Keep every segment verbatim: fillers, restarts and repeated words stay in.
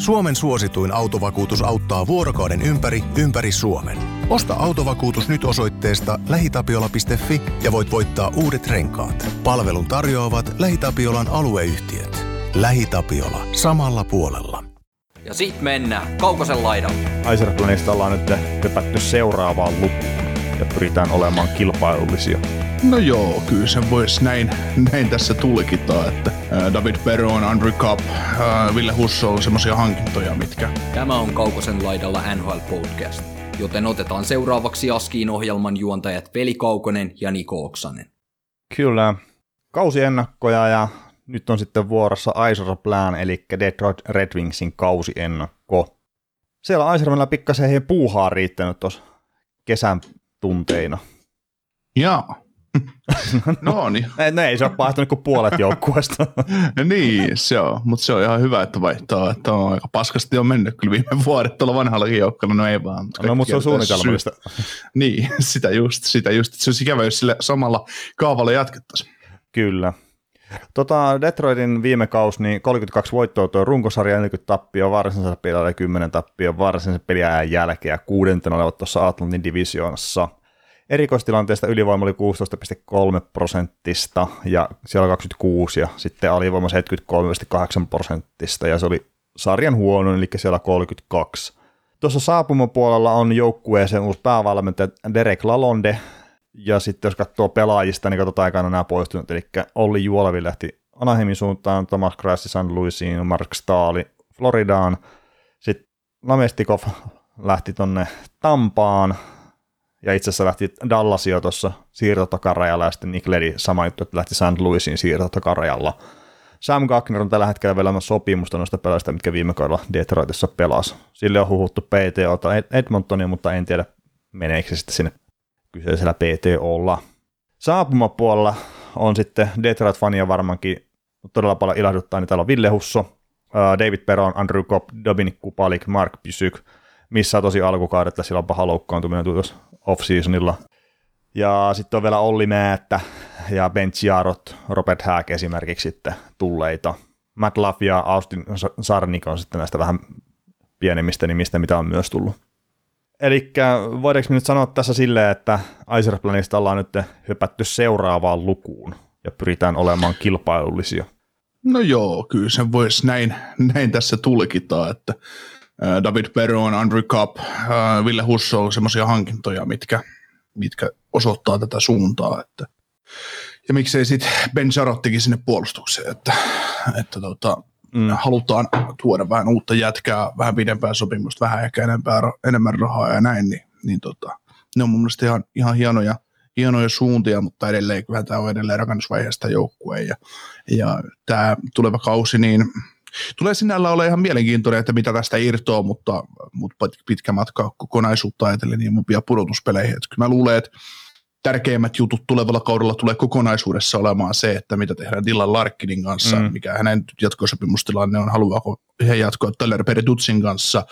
Suomen suosituin autovakuutus auttaa vuorokauden ympäri, ympäri Suomen. Osta autovakuutus nyt osoitteesta lähitapiola piste fi ja voit voittaa uudet renkaat. Palvelun tarjoavat LähiTapiolan alueyhtiöt. LähiTapiola. Samalla puolella. Ja sit mennään Kaukosen laidalle. Aiserplanista ollaan nyt hypätty seuraavaan lukuun ja pyritään olemaan kilpailullisia. No joo, kyllä se voisi näin, näin tässä tulkita, että ää, David Perron, Andrew Cup, ää, Ville Husso on semmoisia hankintoja, mitkä... Tämä on Kaukosen laidalla N H L Podcast, joten otetaan seuraavaksi Askiin ohjelman juontajat Veli Kaukonen ja Niko Oksanen. Kyllä, kausiennakkoja ja nyt on sitten vuorossa Iserplan, eli Detroit Red Wingsin kausiennakko. Siellä Isermanilla pikkasen heidän puuhaa riittänyt tuossa kesän tunteina. Jaa. No niin. No ei se ole vaihtunut kuin puolet joukkueesta. Niin, se on, mutta se on ihan hyvä, että vaihtaa, että on aika paskasti on mennyt kyllä viime vuodet tuolla vanhallakin joukkueella, no ei vaan. No mutta se on suunnitelmallista. Niin, sitä just, sitä just, se olisi ikävä, jos sille samalla kaavalla jatkettaisiin. Kyllä. Tota, Detroitin viime kausi, niin kolmekymmentäkaksi voittoa tuo runkosarja, neljäkymmentä tappia varsinaisella pelillä, kymmenen tappia varsinaisen peliajan jälkeen ja kuudentena olevat tuossa Atlantin divisioonassa. Erikoistilanteesta ylivoima oli kuusitoista pilkku kolme prosenttista ja siellä kaksikymmentäkuusi ja sitten alivoima seitsemänkymmentäkolme pilkku kahdeksan prosenttista ja se oli sarjan huono, eli siellä kolmekymmentäkaksi. Tuossa saapumapuolella on joukkueeseen uusi päävalmentaja Derek Lalonde ja sitten jos katsoo pelaajista, niin katsotaan aikana nämä poistunut, eli Olli Juolevi lähti Anaheimin suuntaan, Thomas Grassi Saint Louisiin, Mark Staali Floridaan, sitten Namestikov lähti tonne Tampaan, ja itse asiassa lähti Dallasia tuossa siirtotakarajalla, ja sitten Nick Leddy sama juttu, että lähti Saint Louisiin siirtotakarajalla. Sam Gagner on tällä hetkellä vielä sopimusta noista pelaajista, mitkä viime kaudella Detroitissa pelasi. Sille on huhuttu P T O:ta Edmontonia, mutta en tiedä, meneekö se sitten sinne kyseisellä P T O:lla. Saapumapuolella on sitten Detroit-fania varmaankin todella paljon ilahduttaa, niin täällä on Ville Husso, David Perron, Andrew Copp, Dominik Kubalik, Mark Pysyk, missä tosi alkukaudetta, sillä on paha loukkaantuminen tuossa off-seasonilla. Ja sitten on vielä Olli Määttä ja Ben Chiarot, Robert Hack esimerkiksi sitten tulleita. Matt Luff ja Austin Sarnik on sitten näistä vähän pienemmistä nimistä, mitä on myös tullut. Eli voidaanko me nyt sanoa tässä silleen, että Iserplanista ollaan nyt hypätty seuraavaan lukuun ja pyritään olemaan kilpailullisia? No joo, kyllä se voisi näin, näin tässä tulkita, että David Perron, Andrew Cup, Ville Husso on semmoisia hankintoja, mitkä, mitkä osoittaa tätä suuntaa. Että, ja miksei sitten Ben Charottikin sinne puolustukseen, että, että tota, mm. halutaan tuoda vähän uutta jätkää, vähän pidempää sopimusta, vähän ehkä enempää, enemmän rahaa ja näin, niin, niin tota, ne on mun mielestä ihan, ihan hienoja, hienoja suuntia, mutta edelleen kyllähän tämä on edelleen rakennusvaiheesta joukkueen ja, ja tämä tuleva kausi, niin tulee sinällä olla ihan mielenkiintoinen, että mitä tästä irtoaa, mutta, mutta pitkä matka kokonaisuutta ajatellen niin vielä pudotuspeleihin. Että kyllä mä luulen, että tärkeimmät jutut tulevalla kaudella tulee kokonaisuudessa olemaan se, että mitä tehdään Dylan Larkinin kanssa, mm. mikä hänen jatkosopimustilanne on, haluaako he jatkoa Tyler Bertuzin kanssa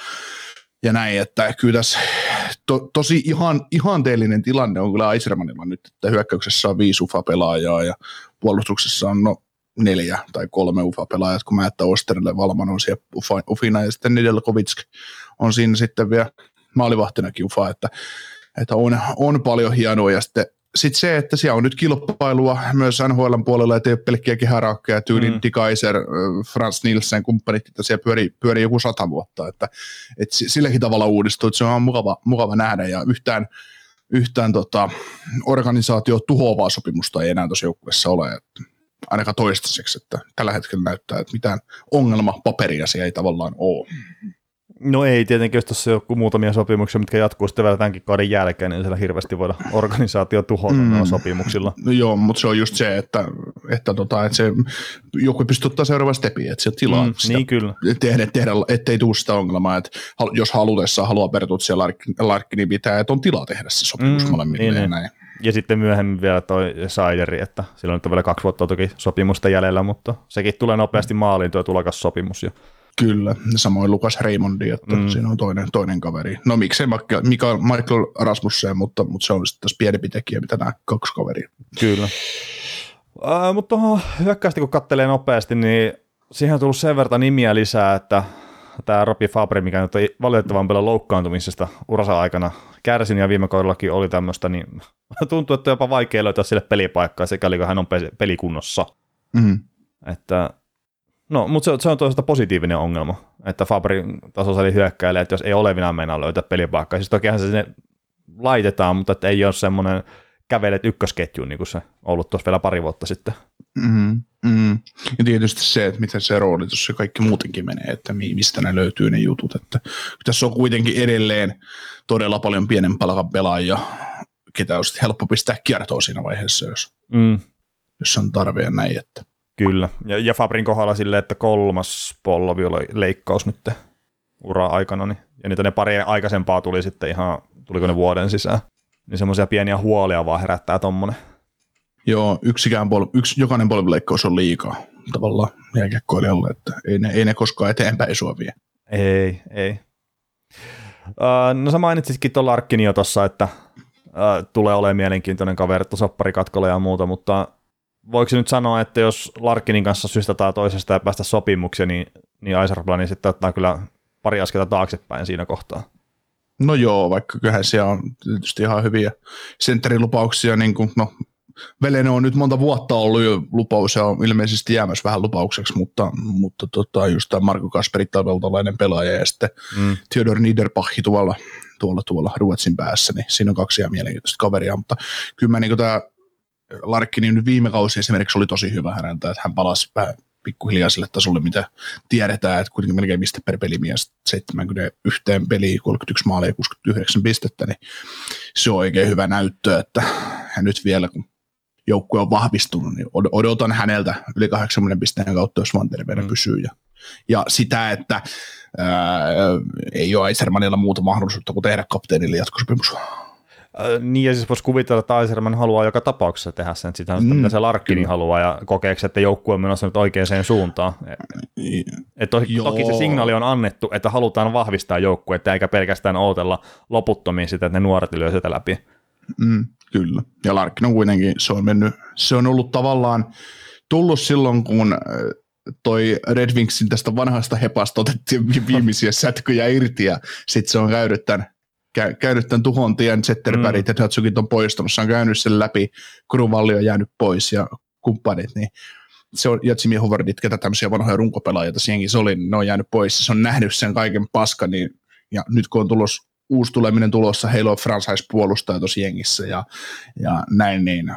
ja näin, että kyllä tässä to, tosi ihan, ihanteellinen tilanne on kyllä Isermanilla nyt, että hyökkäyksessä on viisi U F A-pelaajaa ja puolustuksessa on no neljä tai kolme U F A-pelaajat, kun mä että Osterille Valman on siellä Ufina ja sitten Nedeljkovic on siinä sitten vielä maalivahtinakin U F A, että, että on, on paljon hienoa ja sitten sit se, että siellä on nyt kilpailua myös N H L:n puolella, ettei ole pelkkiä kehäraakkeja, tyylin mm. Di Kaiser, Frans Nielsen kumppanit, että siellä pyörii, pyörii joku sata vuotta, että, että silläkin tavalla uudistuu, että se on mukava, mukava nähdä ja yhtään yhtään tota, organisaatio tuhoavaa sopimusta ei enää tuossa joukkueessa ole, että ainakaan toistaiseksi, että tällä hetkellä näyttää, että mitään ongelmapaperia siellä ei tavallaan ole. No ei tietenkin, jos tuossa joku muutamia sopimuksia, mitkä jatkuu sitten vielä tämänkin kauden jälkeen, niin siellä hirveästi voida organisaatio tuhota mm. noilla sopimuksilla. No joo, mutta se on just se, että, että, tota, että se joku pystyy ottaa seuraava stepiä, että se tilaa mm, sitä niin kyllä. Tehdä, tehdä, ettei tule sitä ongelmaa, että jos halutessaan haluaa Bertuzzi ja Larkki, niin pitää, että on tilaa tehdä se sopimus mm, molemmille niin, ja näin. Ja sitten myöhemmin vielä toi Saideri, että sillä on nyt vielä kaksi vuotta toki sopimusta jäljellä, mutta sekin tulee nopeasti maaliin tuo tulokas sopimus. Ja kyllä, samoin Lukas Raimondi, että mm. siinä on toinen, toinen kaveri. No miksei Michael, Michael Rasmussen, mutta, mutta se on sitten tässä pienempi tekijä, mitä nämä kaksi kaveria. Kyllä. Äh, mutta tuohon hyökkäystä kun katselee nopeasti, niin siihen on tullut sen verran nimiä lisää, että tämä Robbie Fabry, mikä nyt on valitettavan paljon loukkaantumisesta uransa aikana kärsinyt ja viime kaudellakin oli tämmöistä, niin tuntuu, että on jopa vaikea löytää sille pelipaikkaa, sekä kun hän on pelikunnossa. Mm. Että, no, mutta se, se on toisaalta positiivinen ongelma, että Fabry tasossa oli hyökkäilee, että jos ei olevinaan meinaa löytää pelipaikkaa, siis tokihan se sinne laitetaan, mutta että ei ole semmoinen kävelet ykkösketjuun, niin kuin se ollut tuossa vielä pari vuotta sitten. Mm, mm. Ja tietysti se, että miten se roolitus ja kaikki muutenkin menee, että mistä ne löytyy ne jutut. Että tässä on kuitenkin edelleen todella paljon pienen palkan pelaajia, ketä on sitten helppo pistää kiertoon siinä vaiheessa, jos, mm. jos on tarve ja näin. Että. Kyllä, ja, ja Fabrin kohdalla silleen, että kolmas polvi oli leikkaus nyt ura-aikana, niin, ja niitä ne pari aikaisempaa tuli sitten ihan, tuliko ne vuoden sisään. Niin semmoisia pieniä huolia vaan herättää tommonen. Joo, yksikään pol- yksi, jokainen polvileikkaus on liikaa tavallaan jääkiekkoilijalle, että ei ne, ei ne koskaan eteenpäin sua vie. Ei, ei. Uh, no sä mainitsitkin tuon Larkkinin jo tossa, että uh, tulee olemaan mielenkiintoinen kaveri, että sopparikatkolla ja muuta, mutta voiko nyt sanoa, että jos Larkkinin kanssa systataan toisesta ja päästä sopimukseen, niin, niin Aiserblani sitten ottaa kyllä pari askelta taaksepäin siinä kohtaa. No joo, vaikka kyllähän siellä on tietysti ihan hyviä sentterilupauksia, niin kuin, no Veleno on nyt monta vuotta ollut jo lupaus ja on ilmeisesti jäämässä vähän lupaukseksi, mutta, mutta tota, just tämä Marko Kasperi tavallainen pelaaja ja sitten mm. Theodor Niederbach tuolla, tuolla, tuolla Ruotsin päässä, niin siinä on kaksi ihan mielenkiintoista kaveria, mutta kyllä mä niin kuin tämä Larkkinen nyt viime kausi esimerkiksi oli tosi hyvä häneltä, että hän palasi pikkuhiljaa sille tasolle, mitä tiedetään, että kuitenkin melkein mistä per pelimies seitsemänkymmentäyksi peliä, kolmekymmentäyksi maalia ja kuusikymmentäyhdeksän pistettä, niin se on oikein hyvä näyttö, että hän nyt vielä, kun joukkue on vahvistunut, niin odotan häneltä yli kahdeksankymmentä pisteen kautta, jos vaan terveenä mm. pysyy. Ja, ja sitä, että ää, ei ole Eisermanilla muuta mahdollisuutta kuin tehdä kapteenille jatkosopimus. Niin, ja siis voisi kuvitella, että Aiserman haluaa joka tapauksessa tehdä sen, sitä on sitä, mitä se Larkkini haluaa, ja kokeeksi, että joukkue on menossa nyt oikeaan suuntaan. Et toki, toki se signaali on annettu, että halutaan vahvistaa joukkuetta, eikä pelkästään ootella loputtomiin sitä, että ne nuoret lyö sitä läpi. Mm, kyllä, ja Larkkinen on kuitenkin, se on mennyt, se on ollut tavallaan tullut silloin, kun toi Red Wingsin tästä vanhasta hepasta otettiin viimeisiä sätkyjä irti, ja sitten se on käynyt tämän käynyt tämän tuhon tien, Zetterbergit mm. ja Datsukit on poistunut, se on käynyt sen läpi, Kruvalli on jäänyt pois ja kumppanit, niin se on, ja Jimmy Howardit, ketä tämmöisiä vanhoja runkopelaajia siinkin se oli, niin ne on jäänyt pois, se on nähnyt sen kaiken paskan, niin, ja nyt kun on tulos, uusi tuleminen tulossa, heillä on franchise-puolustaja tuossa jengissä, ja, ja näin, niin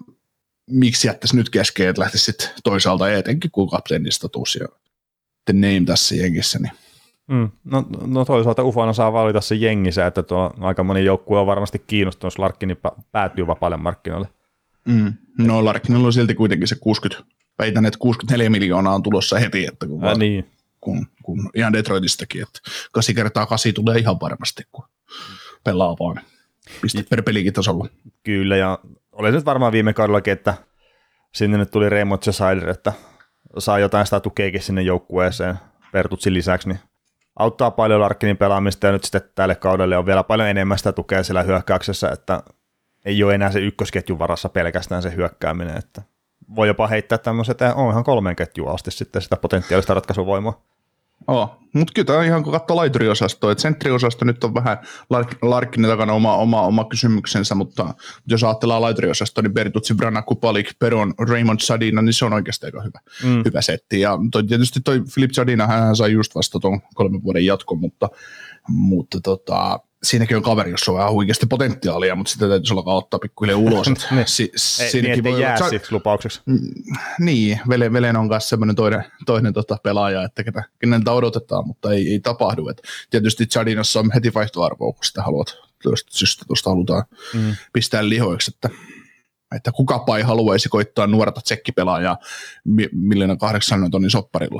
miksi jättäisi nyt kesken, että lähtisi sitten toisaalta etenkin kuin kapteenistatus ja the name tässä jengissä, niin Mm. No, no toisaalta Ufana saa valita se jengissä, että tuo aika moni joukkue on varmasti kiinnostunut, jos Larkkini päätyy vapaalle markkinoille. Mm. No Larkkinilla on silti kuitenkin se kuusikymmentä, väitän, että kuusikymmentäneljä miljoonaa on tulossa heti, että kun, Ää, vaan, niin. kun, kun ihan Detroitistakin, että kasi kertaa kasi tulee ihan varmasti, kun pelaa vaan pistet per pelikin tasolla. Kyllä, ja oli nyt varmaan viime kaudellakin, että sinne nyt tuli Raymond Chesider, että saa jotain sitä tukeakin sinne joukkueeseen Pertutsin lisäksi, niin auttaa paljon Larkkinin pelaamista ja nyt sitten tälle kaudelle on vielä paljon enemmän sitä tukea siellä hyökkäyksessä, että ei ole enää se ykkösketjun varassa pelkästään se hyökkääminen, että voi jopa heittää tämmöiset, että on ihan kolmeen ketjuun asti sitten sitä potentiaalista ratkaisuvoimaa. Oh, mutta kyllä tämä ihan kun katsoo laituriosastoa, että sentteriosasto nyt on vähän Lark- Larkkinen takana oma, oma, oma kysymyksensä, mutta jos ajatellaan laituriosastoa, niin Bertuzzi, Brana, Kupalik, Peron, Raymond Zadina, niin se on oikeasti aika hyvä, mm. hyvä setti. Ja toi, tietysti toi Filip Zadina, hän sai just vasta tuon kolmen vuoden jatkon, mutta, mutta tota, siinäkin on kaveri, jossa on vähän huikeasti potentiaalia, mutta sitä täytyisi olla ottaa pikkuhiljaa ulos. si- Ei, niin, ettei jää olla... siksi lupaukseksi. Niin, Velen, Velen on myös semmoinen toinen, toinen tota pelaaja, että ketä, keneltä odotetaan, mutta ei, ei tapahdu. Et tietysti Zadinassa on heti vaihtoarvoa, kun sitä haluat, tuosta halutaan mm. pistää lihoiksi, että, että kukapa ei haluaisi koittaa nuorta tsekkipelaajaa miljoona kahdeksan tonnin sopparilla.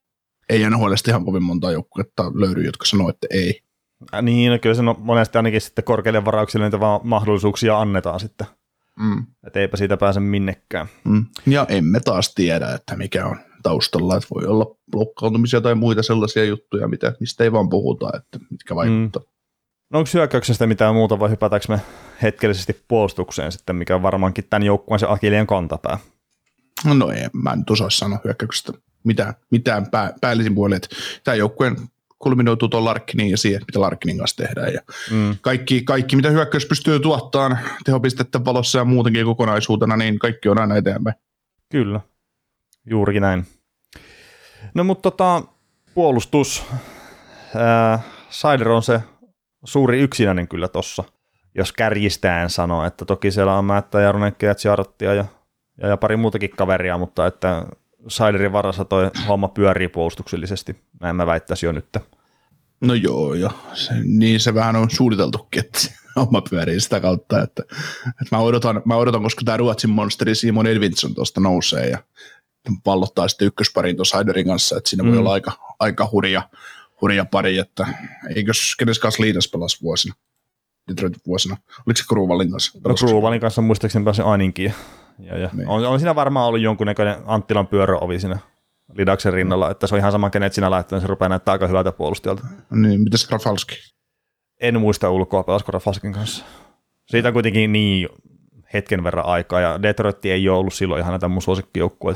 Ei N H L:stä ihan kovin monta joukkuetta löydy, jotka sanoo, että ei. Niin, no kyllä se no, monesti ainakin sitten korkeille varauksille niitä vaan mahdollisuuksia annetaan sitten. Mm. Että eipä siitä pääse minnekään. Mm. Ja emme taas tiedä, että mikä on taustalla. Että voi olla loukkaantumisia tai muita sellaisia juttuja, mitä, mistä ei vaan puhuta, että mitkä vaikuttaa. Mm. No onko hyökkäyksestä mitään muuta vai hypätäänkö me hetkellisesti puolustukseen sitten, mikä on varmaankin tämän joukkueen se Akilleen kantapää? No ei, mä en nyt osaa sanoa hyökkäyksestä mitään, mitään pää, päällisin puolin. Tämä joukkueen kulminoituu tuon Larkiniin ja siihen, mitä Larkinin kanssa tehdään. Ja mm. kaikki, kaikki, mitä hyökkäys pystyy tuottamaan tehopistettä valossa ja muutenkin kokonaisuutena, niin kaikki on aina eteenpäin. Kyllä, juurikin näin. No mutta tota, puolustus. Äh, Sider on se suuri yksinäinen kyllä tossa, jos kärjistäen sanoo, että toki siellä on Määttä ja Ronekkeja ja Ciarottia ja, ja, ja pari muutakin kaveria, mutta että Siderin varassa toi homma pyörii puolustuksellisesti, näin mä väittäisin jo nyt. No joo, ja se, niin se vähän on suunniteltukin, että se homma pyörii sitä kautta, että, että mä, odotan, mä odotan, koska tämä Ruotsin monsteri Simon Edvinsson tuosta nousee ja pallottaa sitten ykköspariin tuon Siderin kanssa, että siinä mm. voi olla aika, aika hurja, hurja pari, että eikös kenes kanssa Liinas pelasi vuosina, Detroitin vuosina, oliko se Kruvalin kanssa? No Kruvalin kanssa muistaakseni pääsin ainakin. Ja, ja. On, on siinä varmaan ollut jonkunnäköinen Anttilan pyöröovi siinä Lidaksen rinnalla, että se on ihan sama, kenet sinä laittaa, se rupeaa näyttää aika hyvältä puolustajalta. Niin, mitäs Rafalski? En muista ulkoa, pelasko Rafalskin kanssa. Siitä on kuitenkin niin hetken verran aikaa, ja Detroit ei ole ollut silloin ihan näitä mun suosikkijoukkueita.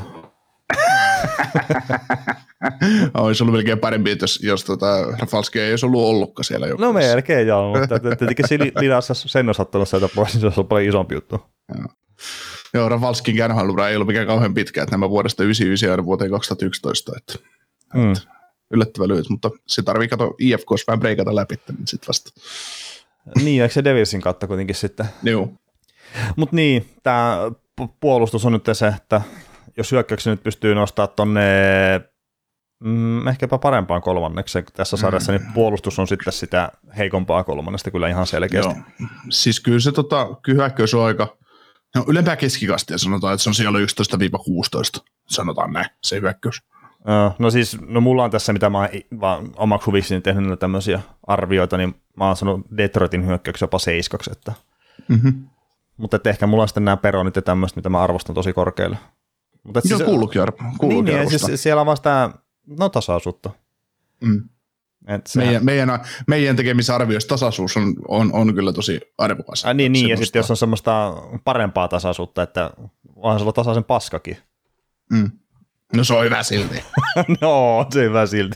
Olisi ollut melkein parempi, jos, jos tota, Rafalski ei olisi ollut ollutkaan siellä joukkueessa. No melkein joo, mutta tietenkin siinä Lidassa sen olisi ottanut sieltä pois, niin se olisi ollut paljon isompi juttu. Joo. Joo, Rafalskin kärnhallura ei ollut mikään kauhean pitkä, että nämä vuodesta yhdeksänkymmentäyhdeksän aina vuoteen kaksituhattayksitoista, että, mm. että yllättävän lyhyt, mutta se tarvii kato I F K:ssa vähän breikata läpi, niin sitten vasta. Niin, eikö se Devilsin kautta kuitenkin sitten? Joo. Mutta niin, tämä puolustus on nyt se, että jos hyökkäyksi nyt pystyy nostamaan tonne mm, ehkäpä parempaan kolmanneksi tässä sarjassa, mm. niin puolustus on sitten sitä heikompaa kolmannesta kyllä ihan selkeästi. Joo. Siis kyllä se tota, kyllä hyökkäys on aika, no ylempää keskikastia sanotaan, että se on siellä yksitoista kuusitoista, sanotaan näin, se hyökkäys. No siis, no mulla on tässä, mitä mä oon vaan omaksi huvikseni tehnyt tämmöisiä arvioita, niin mä oon sanonut Detroitin hyökkäyksi jopa seiskaksi, että mm-hmm. mutta että ehkä mulla on sitten nämä peronit ja tämmöistä, mitä mä arvostan tosi korkealle. Mutta joo, siis, kuuluukin arvo. Niin, niin siis siellä on vaan sitä, no tasaisuutta. Mm. Meidän, meidän, meidän tekemissä arvioissa tasaisuus on, on, on kyllä tosi arvokas. Äh, niin, niin ja sitten jos on semmoista parempaa tasaisuutta, että onhan sulla tasaisen paskakin. Mm. No se on hyvä silti. No se on hyvä silti.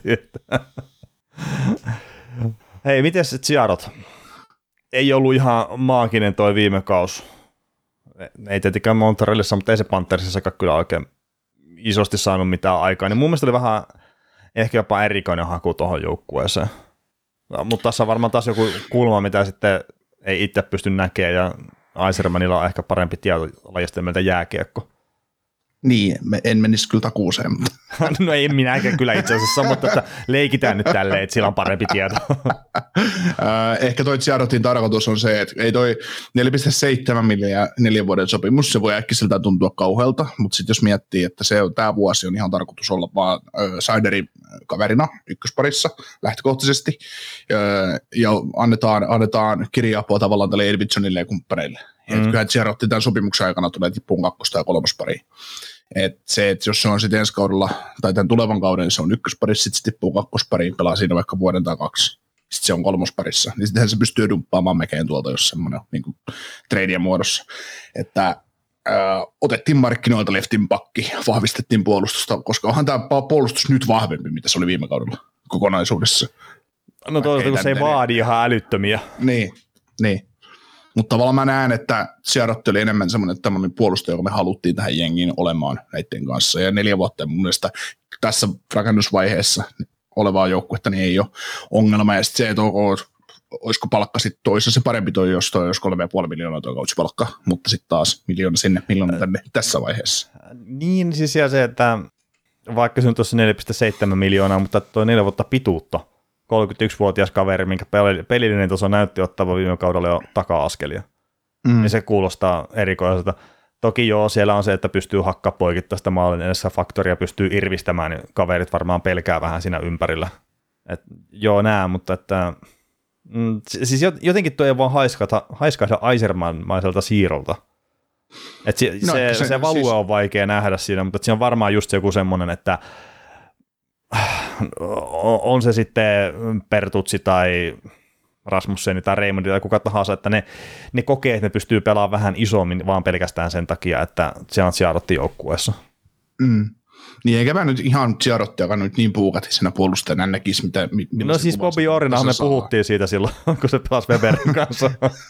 Hei, miten se Ciarot? Ei ollut ihan maaginen toi viime kaus. Ei tietenkään Montrealissa, mutta ei se Panthersissakaan kyllä oikein isosti saanut mitään aikaa. Niin mun mielestä oli vähän ehkä jopa erikoinen haku tuohon joukkueeseen. No, mutta tässä on varmaan taas joku kulma, mitä sitten ei itse pysty näkemään, ja Aisermanilla on ehkä parempi tieto lajista meiltä jääkiekko. Niin, en menisi kyllä takuuseen. Mutta. No ei minäkään kyllä itse asiassa, mutta että leikitään nyt tälleen, että sillä on parempi tieto. Ehkä toi Ciarotin tarkoitus on se, että ei toi neljä pilkku seitsemän miljoonaa neljän vuoden sopimus, se voi äkkiseltään tuntua kauhealta, mutta sitten jos miettii, että se tämä vuosi on ihan tarkoitus olla vaan äh, Siderin kaverina ykkösparissa lähtökohtaisesti, äh, ja annetaan, annetaan kirja-apua tavallaan tälle Edvinssonille ja kumppaneille. Mm. Että kyllähän Ciarotti tämän sopimuksen aikana tulee tippuun kakkosta ja kolmospariin. Että se, että jos se on sitten ensi kaudella tai tämän tulevan kauden, niin se on ykkösparissa, sitten se tippuu kakkospariin, pelaa siinä vaikka vuoden tai kaksi. Sitten se on kolmosparissa, niin sittenhän se pystyy dumppaamaan mekeen tuolta, jos semmoinen niin kuin treidien muodossa. Että ää, otettiin markkinoilta leftin pakki, vahvistettiin puolustusta, koska onhan tämä puolustus nyt vahvempi, mitä se oli viime kaudella kokonaisuudessa. No toisaalta se ei vaadi ihan älyttömiä. Niin, niin. Mutta tavallaan mä näen, että Ciarotti oli enemmän semmoinen tämmöinen puolustaja, joka me haluttiin tähän jengiin olemaan näiden kanssa. Ja neljä vuotta mun mielestä tässä rakennusvaiheessa olevaa joukkuetta niin ei ole ongelma. Ja sitten se, että olisiko palkka sitten toissa se parempi toi, jos toi olisi kolme pilkku viisi miljoonaa toi kausipalkka, mutta sitten taas miljoona sinne, miljoona tänne tässä vaiheessa. Niin siis ja se, että vaikka se on tuossa neljä pilkku seitsemän miljoonaa, mutta toi neljä vuotta pituutta. kolmekymmentäyksivuotias kaveri, minkä pelillinen taso näytti ottava viime kaudella jo taka-askelia. Mm. Ja se kuulostaa erikoiselta. Toki joo, siellä on se, että pystyy hakkaa poikittaista maalin edessä faktoria, pystyy irvistämään, niin kaverit varmaan pelkää vähän siinä ympärillä. Et, joo, nää, mutta että, mm, siis jotenkin tuo ei vaan haiskata, haiskaita Aiserman-maiselta siirolta. Et se, no, se, se, se value siis on vaikea nähdä siinä, mutta siinä on varmaan just joku semmoinen, että on se sitten Pertutsi tai Rasmusseni tai Raymondi tai kuka tahansa, että ne, ne kokee, että ne pystyy pelaamaan vähän isommin vaan pelkästään sen takia, että se on Ciarotti joukkueessa. Mm. Niin eikä mä nyt ihan Giarottiakaan nyt niin puukatisena puolustajana näkisi, mitä... No siis Bobby Orrinahan me puhuttiin siitä silloin, kun se pelasi Weberin kanssa.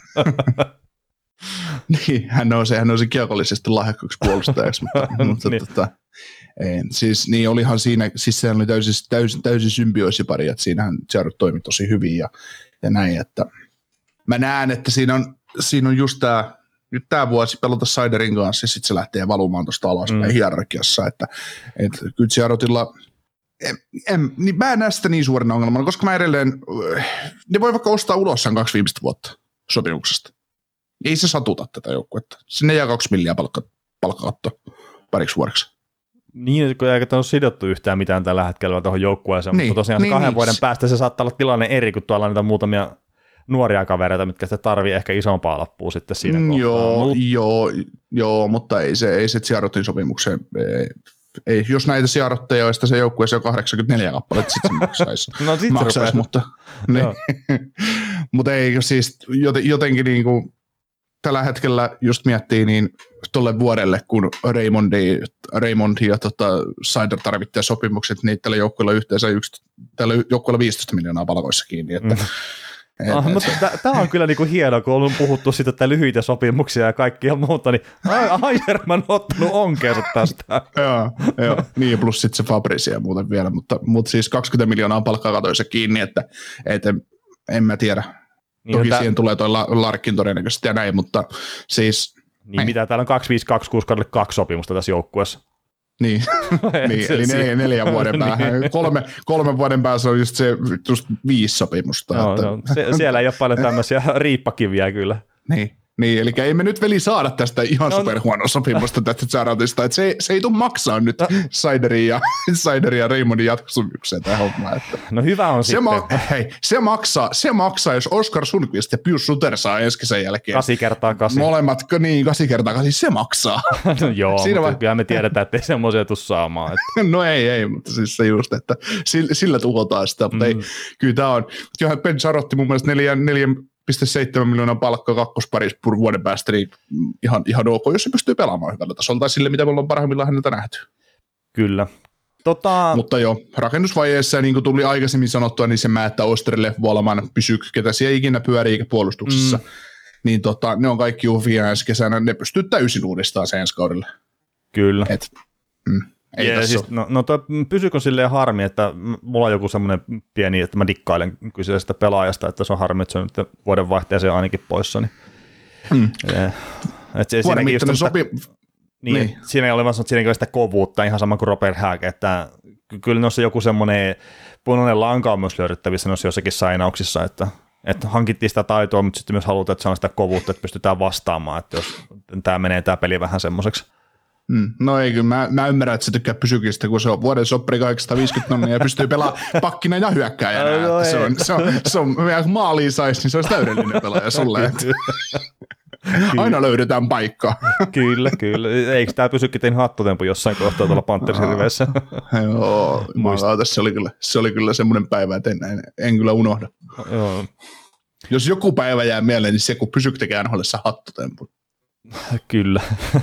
Niin, hän on se, hän on se kiekollisesti lahjakkaksi puolustajaksi, mutta, mutta niin. tota, ei, siis niin olihan siinä, siis sehän oli täysin, täysin, täysin symbioosipari, että siinähän Giarot toimi tosi hyvin ja, ja näin, että mä näen, että siinä on, siinä on just tämä, nyt tämä vuosi pelata Siderin kanssa ja sitten se lähtee valumaan tuosta alaspäin mm. hierarkiassa, että, että kyllä Giarotilla, en, en, niin mä en näe sitä niin suurena ongelmana, koska mä edelleen, ne voi vaikka ostaa ulos sen kaksi viimeistä vuotta sopimuksesta. Ei se satuta tätä joukkuetta. Sinne jää kaksi milliä palkka, palkkakatto pariksi vuodeksi. Niin, kun ei ole sidottu yhtään mitään tällä hetkellä tuohon joukkueeseen, niin, mutta tosiaan niin, kahden niin. vuoden päästä se saattaa olla tilanne eri, kun tuolla on niitä muutamia nuoria kavereita, mitkä sitä tarvii ehkä isompaa lappua sitten siinä mm, kohtaa. Joo, Mut... joo, joo, mutta ei se, ei se Giarotin sopimukseen, ei, ei, jos näitä Giarotteja olisi se joukkueessa on kahdeksankymmentäneljä kappaletta, sitten se maksaisi, no, sit maksaisi mutta, niin. Mutta ei siis jotenkin niin kuin tällä hetkellä just miettii niin tuolle vuodelle, kun Raymondi, Raymond ja tota, Sider tarvittaa sopimukset, niin tällä joukkueella yhteensä yksi, tällä joukkueella viisitoista miljoonaa palkoissa kiinni. Että, mm. et, ah, et. Mutta tämä on kyllä niinku hienoa, kun on puhuttu siitä, että lyhyitä sopimuksia ja kaikkia muuta, niin Aiserman on ottanut onkeensa tästä. Joo, joo, niin plus sitten se Fabrice ja muuten vielä, mutta, mutta siis kaksikymmentä miljoonaa palkkaa katoissa kiinni, että, että en mä tiedä. Niin toki siihen tulee toi Larkin todennäköisesti ja näin, mutta siis... Niin näin. Mitä täällä on kaksi viisi kaksi kuusi kaudelle kaksi sopimusta tässä joukkueessa. Niin, niin eli neljä, neljän vuoden päähän. niin. Kolme, kolmen vuoden päässä on just se just viisi sopimusta. No, että... no, se, siellä ei ole paljon tämmöisiä riippakiviä kyllä. Niin. Niin, eli ei me nyt veli saada tästä ihan no, superhuonoa sopimusta tästä Giarotista, että se, se ei tule maksaa nyt no. Siderin ja, Siderin ja Raymondin jatkosopimukseen tämä homma. Että no hyvä on se sitten. Ma- hei, se maksaa, se maksaa, jos Oskar Sundqvist ja Pius Suter saa ensi kesän jälkeen. Kasi kertaa kasi. Molemmat, niin, kasi kertaa kasi, se maksaa. no joo, Siinä mutta va- kyllä me tiedetään, että ei semmoisia tule saamaan. Että. no ei, ei, mutta siis se just, että sillä, sillä tuhotaan sitä, mutta mm. ei, kyllä tämä on, kyllähän Ben Giarotti mun mielestä neljä, neljä pilkku seitsemän miljoonaa palkkaa kakkosparissa vuoden päästä, niin ihan, ihan ok, jos se pystyy pelaamaan hyvällä tasolla, tai sille, mitä me ollaan parhaimmillaan häneltä nähty. Kyllä. Tota... Mutta joo, rakennusvaiheessa, niin kuin tuli aikaisemmin sanottua, niin se Määttä, Osterille, Volman, Pysyk, ketä siellä ikinä pyörii eikä puolustuksessa, mm. niin tota, ne on kaikki uhvia ensi kesänä, ne pystyy täysin uudestaan sen ensi kaudelle. Kyllä. Et, mm. Ei yeah, siis, no, no toi Pysykö silleen harmi, että mulla on joku semmoinen pieni, että mä dikkailen kyseisestä pelaajasta, että se on harmi, että se on nyt vuoden vaihteeseen ainakin poissa. Niin. Mm. Yeah. Vuoden mittainen sopi... Niin, niin. Siinä ei ole vaan siinäkin ole sitä kovuutta, ihan sama kuin Robert Hag, että kyllä noissa joku semmoinen punainen lanka on myös löydettävissä noissa jossakin sainauksissa, että, että hankittiin sitä taitoa, mutta sitten myös halutaan, että se on sitä kovuutta, että pystytään vastaamaan, että jos tämä menee tämä peli vähän semmoiseksi. Mm, no ei kyllä, mä, mä ymmärrän, että se tykkää Pysykistä, kun se on vuoden soppari kahdeksansataaviisikymmentä tonnia ja pystyy pelaamaan pakkina ja hyökkääjänä. No, se on, se on, se on, on maaliin saisi, niin se olisi täydellinen pelaaja sulle. Aina löydetään paikkaa. Kyllä, kyllä. Eikö tämä Pysykki tein hattutempu jossain kohtaa tuolla Panthersin riveissä? Joo, se oli kyllä, se oli kyllä semmoinen päivä, että en, en, en kyllä unohda. Joo. Jos joku päivä jää mieleen, niin se kun Pysyk tekee N H L:ssä hattutempun. Kyllä.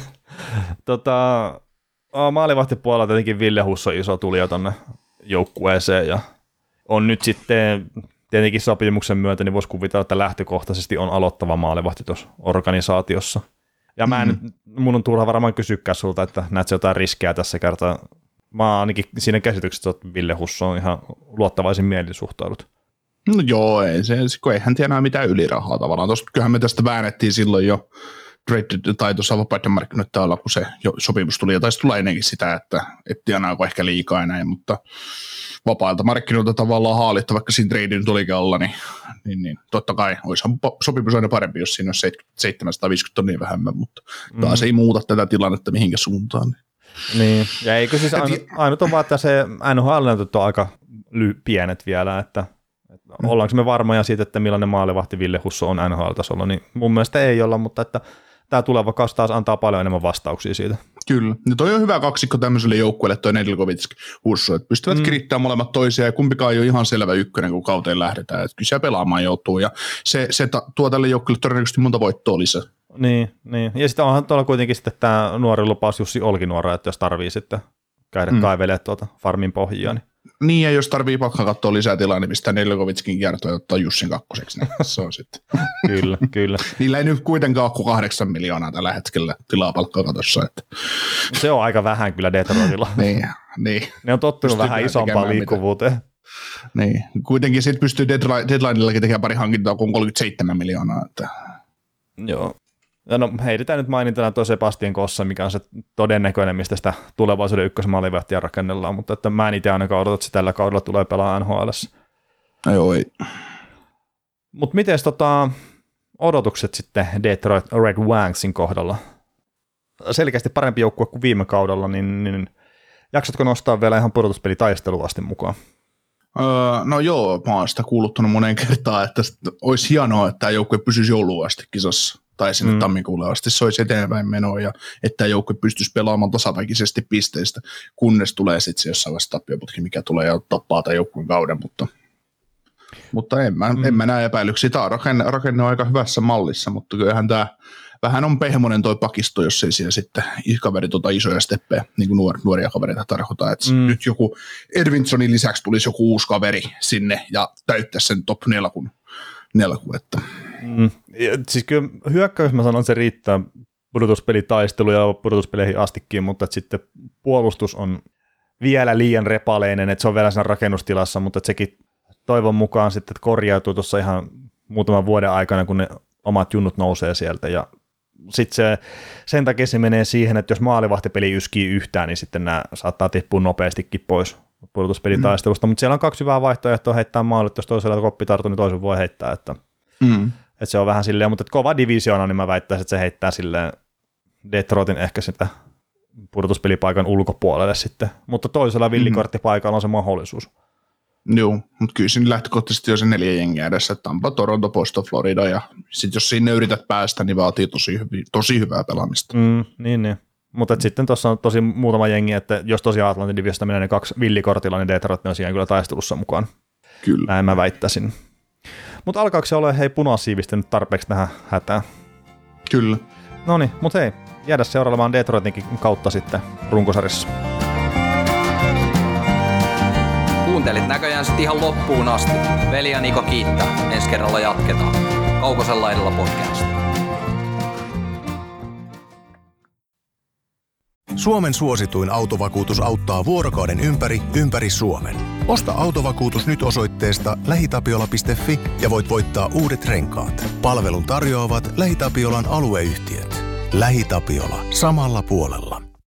tota, maalivahtipuolella tietenkin Ville Husso iso tulija tuonne joukkueeseen ja on nyt sitten tietenkin sopimuksen myötä, niin voisi kuvitella, että lähtökohtaisesti on aloittava maalivahti tuossa organisaatiossa. Ja mä en, mm-hmm. mun on turha varmaan kysykkää sulta, että näetkö jotain riskejä tässä kertaa. Mä ainakin siinä käsityksessä, että Ville Husso on ihan luottavaisin mielin suhtaudut. No joo, ei se, kun eihän tiedä mitään ylirahaa tavallaan. Tosta, kyllähän me tästä väännettiin silloin jo trade, tai tuossa vapaiden markkinoilla, kun se jo sopimus tuli, ja taisi tulla ennenkin sitä, että et tienaako ehkä liikaa näin, mutta vapailta markkinoilta tavallaan haalittu, vaikka siinä treidin tulikin olla, niin, niin, niin totta kai olisihan sopimus aina parempi, jos siinä olisi seitsemänsataaviisikymmentä tonnia vähemmän, mutta mm. taas ei muuta tätä tilannetta mihinkä suuntaan. Niin, niin. Ja eikö siis ainut, ainut on vaan, että se N H L-näytöt on aika ly- pienet vielä, että, että mm. ollaanko me varmoja siitä, että millainen maalivahti Ville Husso on N H L-tasolla, niin mun mielestä ei olla, mutta että tämä tuleva kausi taas antaa paljon enemmän vastauksia siitä. Kyllä. Ja toi on hyvä kaksikko tämmöiselle joukkueelle, toi Nedeljkovic Husso, että pystyvät mm. kirittämään molemmat toisia, ja kumpikaan ei ole ihan selvä ykkönen, kun kauteen lähdetään. Että kyllä siellä pelaamaan joutuu, ja se, se ta- tuo tälle joukkueelle todennäköisesti monta voittoa lisää. Niin, niin. Ja sitten onhan tuolla kuitenkin sitten tämä nuori lupaus Jussi Olkinuora, että jos tarvii sitten käydä Mm. kaivelemaan tuota farmin pohjia. Niin. Niin, ja jos tarvii palkkaa katsoa lisää tilaa, niin pistää Nelkovitskin kiertoa ja ottaa Jussin kakkoseksi. Niin se on sitten. Kyllä, kyllä. Niillä ei nyt kuitenkaan ole kuin kahdeksan miljoonaa tällä hetkellä tilaa palkkaa katossa. Että. Se on aika vähän kyllä Detroitilla. niin, niin. Ne on tottunut Pystyy vähän isompaan liikkuvuuteen. Mitä. Niin, kuitenkin sitten pystyy deadlineillakin tekemään pari hankintaa, kun on kolmekymmentäseitsemän miljoonaa. Että. Joo. No heitetään nyt mainintana tuo Sebastian Kossa, mikä on se todennäköinen, mistä sitä tulevaisuuden ykkösmaalivahtia rakennellaan, mutta että mä en itse ainakaan odota, että se tällä kaudella tulee pelaa N H L:ssä. No joo, ei. Mutta miten tota, odotukset sitten Detroit Red Wingsin kohdalla? Selkeästi parempi joukkue kuin viime kaudella, niin, niin jaksatko nostaa vielä ihan pudotuspelitaistelua asti mukaan? Öö, no joo, mä oon sitä kuuluttanut moneen kertaan, että olisi hienoa, että tämä joukkue pysyisi jouluun asti kisassa tai sinne mm. tammikuulle asti, se olisi eteenpäin menoa ja että joukkue pystyisi pelaamaan tasaväkisesti pisteistä, kunnes tulee sitten se jossain vaiheessa tappioputki, mikä tulee ja tappaa tämän joukkueen kauden, mutta, mutta en, mä, mm. en mä näe epäilyksiä. Tämä rakenne, rakenne on aika hyvässä mallissa, mutta kyllähän tämä vähän on pehmonen toi pakisto, jos ei siellä sitten kaverit ota isoja steppejä, niin kuin nuor, nuoria kavereita tarkoittaa, että mm. nyt joku Edwinsonin lisäksi tulisi joku uusi kaveri sinne ja täyttäisi sen top nelkun, nelku, että Mm. Ja, siis kyllä hyökkäys, mä sanon, se riittää pudotuspelitaistelu ja pudotuspeleihin astikin, mutta sitten puolustus on vielä liian repaleinen, että se on vielä siinä rakennustilassa, mutta sekin toivon mukaan sitten korjautuu tuossa ihan muutaman vuoden aikana, kun ne omat junnut nousee sieltä ja sitten se, sen takia se menee siihen, että jos maalivahtipeli yskii yhtään, niin sitten nämä saattaa tippua nopeastikin pois pudotuspelitaistelusta, mm. mutta siellä on kaksi hyvää vaihtoehtoa heittää maalit, jos toisella koppi tarttuu, niin toisen voi heittää, että mm. Että se on vähän silleen, mutta kova divisioona, niin mä väittäisin, että se heittää silleen Detroitin ehkä sitä pudotuspelipaikan ulkopuolelle sitten. Mutta toisella villikorttipaikalla on se mahdollisuus. Joo, mutta kyllä siinä lähtökohtaisesti on se neljä jengiä edessä. Tampa, Toronto, Boston, Florida ja sitten jos sinne yrität päästä, niin vaatii tosi, hyvi, tosi hyvää pelaamista. Mm, niin, niin. Mutta sitten tuossa on tosi muutama jengi, että jos tosiaan Atlantin divisiosta menee ne kaksi villikortilla, niin Detroit on siinä kyllä taistelussa mukaan. Kyllä. Näin mä väittäisin. Mutta alkaako se ole hei punasiivistä nyt tarpeeksi tähän hätään? Kyllä. Noniin, mutta hei, jäädä seuraamaan Detroitinkin kautta sitten runkosarjassa. Kuuntelit näköjään sitten ihan loppuun asti. Veli ja Niko kiittää. Ensi kerralla jatketaan. Kaukosen laidalla podcast. Suomen suosituin autovakuutus auttaa vuorokauden ympäri, ympäri Suomen. Osta autovakuutus nyt osoitteesta lähitapiola piste fi ja voit voittaa uudet renkaat. Palvelun tarjoavat LähiTapiolan alueyhtiöt. LähiTapiola. Samalla puolella.